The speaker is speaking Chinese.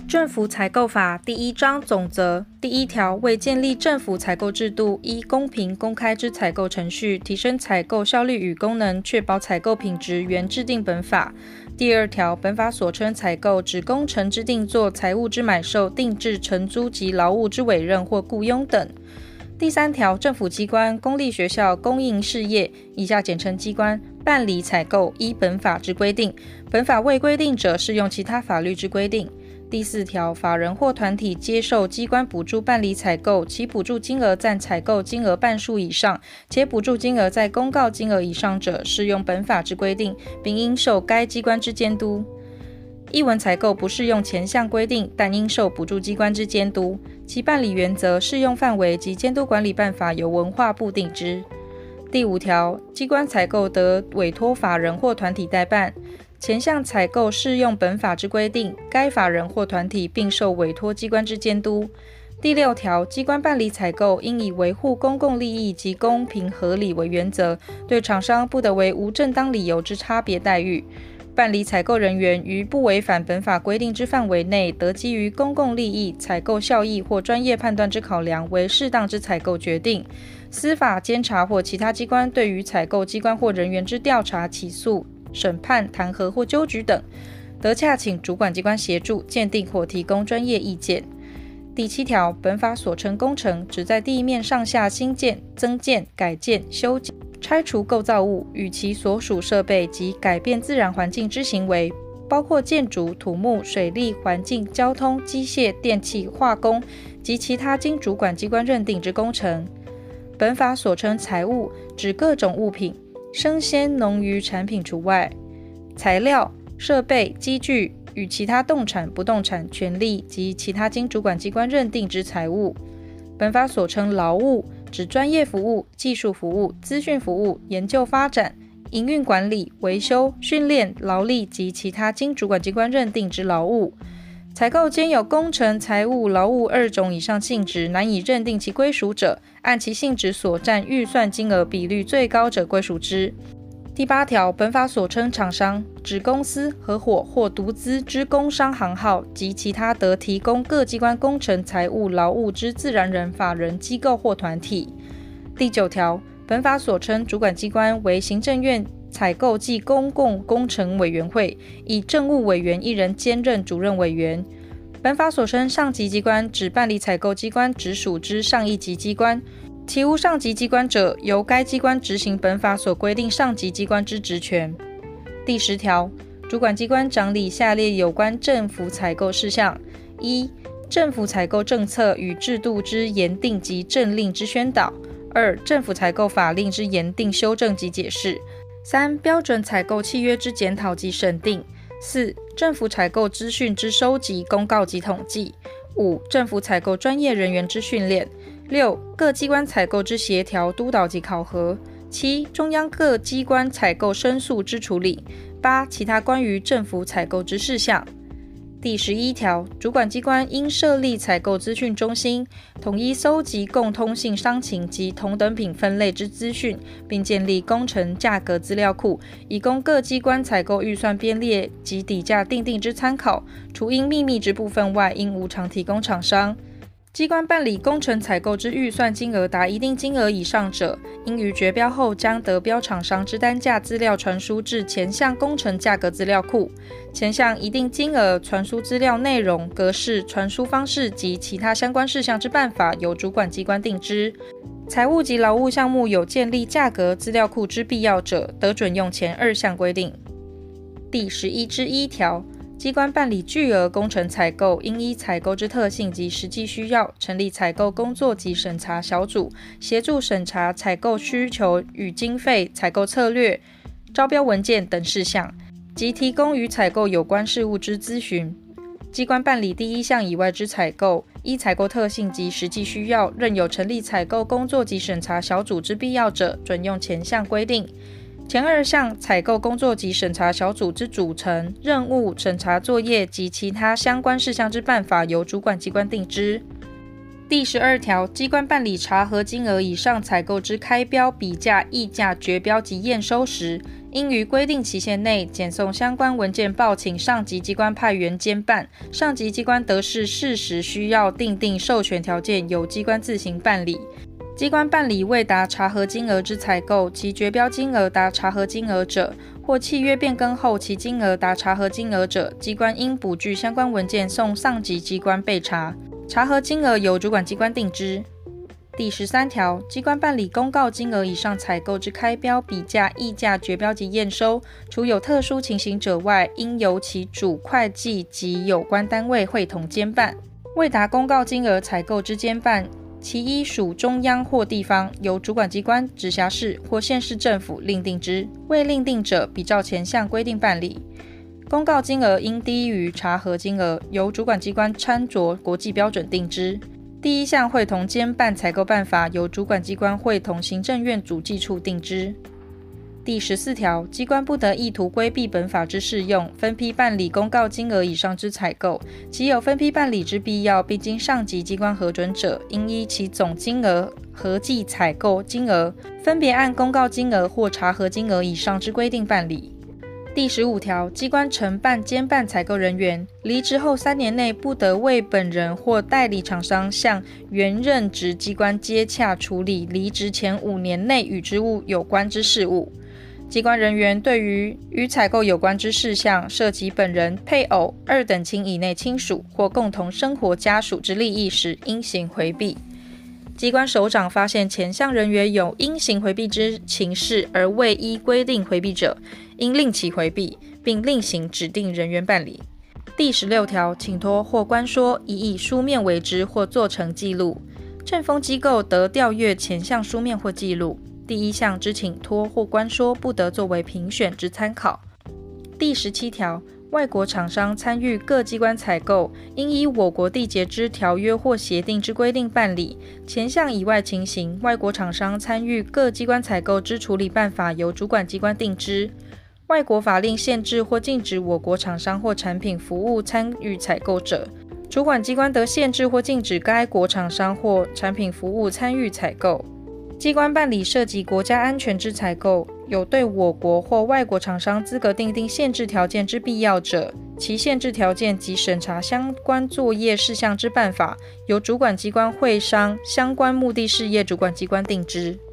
政府采购法第1章总则第1条，为建立政府采购制度，依公平公开之采购程序，提升采购效率与功能，确保采购品质，原制定本法。第2条，本法所称采购，指工程之定作、财物之买受、定制、承租及劳务之委任或雇佣等。第3条，政府机关、公立学校、公营事业（以下简称机关）办理采购，依本法之规定，本法未规定者，适用其他法律之规定。第4条，法人或团体接受机关补助办理采购，其补助金额占采购金额半数以上，且补助金额在公告金额以上者，适用本法之规定，并应受该机关之监督。艺文采购不适用前项规定，但应受补助机关之监督，其办理原则、适用范围及监督管理办法由文化部定之。第5条，机关采购得委托法人或团体代办。前项采购适用本法之规定，该法人或团体并受委托机关之监督。第6条，机关办理采购，应以维护公共利益及公平合理为原则，对厂商不得为无正当理由之差别待遇。办理采购人员于不违反本法规定之范围内，得基于公共利益、采购效益或专业判断之考量，为适当之采购决定。司法、监察或其他机关对于采购机关或人员之调查、起诉、审判、弹劾或纠举等，得洽请主管机关协助鉴定或提供专业意见。第7条，本法所称工程，指在地面上下新建、增建、改建、修剪、拆除构造物与其所属设备及改变自然环境之行为，包括建筑、土木、水利、环境、交通、机械、电气、化工及其他经主管机关认定之工程。本法所称财物，指各种物品，生鲜、农渔产品除外，材料、设备、机具与其他动产、不动产、权利及其他经主管机关认定之财物。本法所称劳务，指专业服务、技术服务、资讯服务、研究发展、营运管理、维修、训练、劳力及其他经主管机关认定之劳务。采购兼有工程、财务、劳务2种以上性质，难以认定其归属者，按其性质所占预算金额比率最高者归属之。第8条，本法所称厂商，指公司、合伙或独资之工商行号及其他得提供各机关工程、财务、劳务之自然人、法人、机构或团体。第9条，本法所称主管机关为行政院采购暨公共工程委员会，以政务委员1人兼任主任委员。本法所称上级机关，指办理采购机关直属之上一级机关，其无上级机关者，由该机关执行本法所规定上级机关之职权。第10条，主管机关掌理下列有关政府采购事项：1. 政府采购政策与制度之研定及政令之宣导； 2. 政府采购法令之研定、修正及解释； 3. 标准采购契约之检讨及审定； 4. 政府采购资讯之收集、公告及统计； 5. 政府采购专业人员之训练； 6. 各机关采购之协调、督导及考核； 7. 中央各机关采购申诉之处理； 8. 其他关于政府采购之事项。第11条，主管机关应设立采购资讯中心，统一搜集共通性商情及同等品分类之资讯，并建立工程价格资料库，以供各机关采购预算编列及底价订定之参考。除应秘密之部分外，应无偿提供厂商。机关办理工程采购之预算金额达一定金额以上者，应于决标后将得标厂商之单价资料传输至前项工程价格资料库。前项一定金额传输资料内容、格式、传输方式及其他相关事项之办法，由主管机关定之。财务及劳务项目有建立价格资料库之必要者，得准用前2项规定。第11之1条，机关办理巨额工程采购，应依采购之特性及实际需要，成立采购工作及审查小组，协助审查采购需求与经费、采购策略、招标文件等事项，及提供与采购有关事务之咨询。机关办理第1项以外之采购，依采购特性及实际需要，任有成立采购工作及审查小组之必要者，准用前项规定。前2项采购工作及审查小组之组成、任务、审查作业及其他相关事项之办法，由主管机关定之。 第12条，机关办理查核金额以上采购之开标、比价、议价、决标及验收时，应于规定期限内检送相关文件报请上级机关派员监办，上级机关得视事实需要订定授权条件，由机关自行办理。机关办理未达查核金额之采购，其决标金额达查核金额者，或契约变更后其金额达查核金额者，机关应补具相关文件送上级机关备查。查核金额由主管机关定之。第13条，机关办理公告金额以上采购之开标、比价、议价、决标及验收，除有特殊情形者外，应由其主会计及有关单位会同监办。未达公告金额采购之监办，其一属中央或地方，由主管机关、直辖市或县市政府另定之；未另定者，比照前项规定办理。公告金额应低于查核金额，由主管机关参酌国际标准定之。第一项会同监办采购办法，由主管机关会同行政院主计处定之。第14条，机关不得意图规避本法之适用，分批办理公告金额以上之采购，其有分批办理之必要，并经上级机关核准者，应依其总金额、合计采购金额，分别按公告金额或查核金额以上之规定办理。第15条，机关承办监办采购人员离职后3年内，不得为本人或代理厂商向原任职机关接洽处理离职前5年内与之务有关之事务。机关人员对于与采购有关之事项涉及本人、配偶、2等亲以内亲属或共同生活家属之利益时，应行回避。机关首长发现前项人员有应行回避之情事，而未依规定回避者，应令其回避，并另行指定人员办理。第16条，请托或关说，宜以书面为之或做成记录。政风机构得调阅前项书面或记录。第1项之请托或关说，不得作为评选之参考。第17条，外国厂商参与各机关采购，应依我国缔结之条约或协定之规定办理。前项以外情形，外国厂商参与各机关采购之处理办法，由主管机关定之。外国法令限制或禁止我国厂商或产品服务参与采购者，主管机关得限制或禁止该国厂商或产品服务参与采购。机关办理涉及国家安全之采购，有对我国或外国厂商资格订定限制条件之必要者，其限制条件及审查相关作业事项之办法，由主管机关会商相关目的事业主管机关定之。